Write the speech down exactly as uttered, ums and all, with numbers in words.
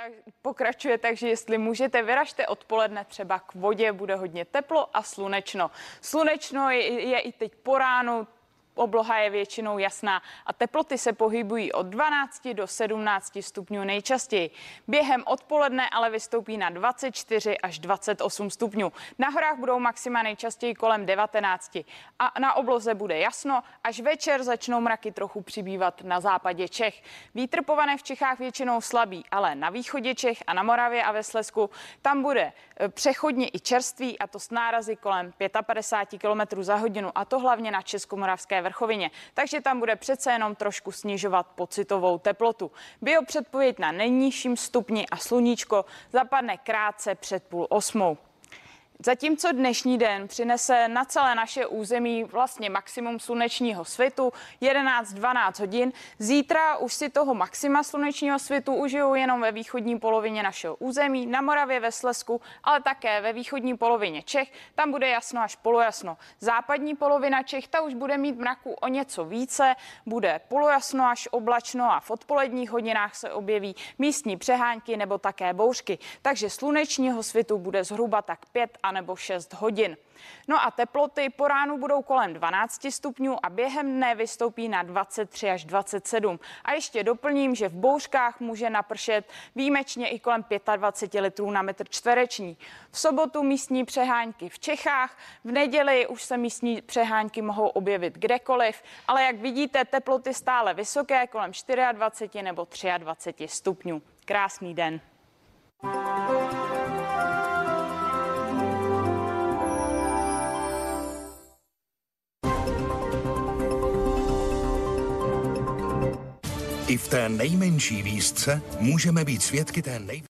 tak, pokračuje tak, že jestli můžete, vyražte odpoledne třeba k vodě, bude hodně teplo a slunečno. Slunečno je, je i teď po ránu. Obloha je většinou jasná a teploty se pohybují od dvanácti do sedmnácti stupňů nejčastěji. Během odpoledne ale vystoupí na dvacet čtyři až dvacet osm stupňů. Na horách budou maxima nejčastěji kolem devatenácti a na obloze bude jasno, až večer začnou mraky trochu přibývat na západě Čech. Vítr povane v Čechách většinou slabý, ale na východě Čech a na Moravě a ve Slezsku tam bude přechodně i čerstvý, a to s nárazy kolem padesát pět kilometrů za hodinu, a to hlavně na Českomoravské vrchovině, takže tam bude přece jenom trošku snižovat pocitovou teplotu. Biopředpověď na nejnižším stupni a sluníčko zapadne krátce před půl osmou. Zatímco dnešní den přinese na celé naše území vlastně maximum slunečního svitu, jedenáct dvanáct hodin, zítra už si toho maxima slunečního svitu užijou jenom ve východní polovině našeho území, na Moravě, ve Slezsku, ale také ve východní polovině Čech, tam bude jasno až polojasno. Západní polovina Čech, ta už bude mít mraků o něco více, bude polojasno až oblačno a v odpoledních hodinách se objeví místní přehánky nebo také bouřky, takže slunečního svitu bude zhruba tak pět a nebo šest hodin. No a teploty po ránu budou kolem dvanácti stupňů a během dne vystoupí na dvacet tři až dvacet sedm. A ještě doplním, že v bouřkách může napršet výjimečně i kolem dvacet pět litrů na metr čtvereční. V sobotu místní přehánky v Čechách, v neděli už se místní přehánky mohou objevit kdekoliv, ale jak vidíte, teploty stále vysoké, kolem dvacet čtyři nebo dvacet tři stupňů. Krásný den. I v té nejmenší výzce můžeme být svědky té nej...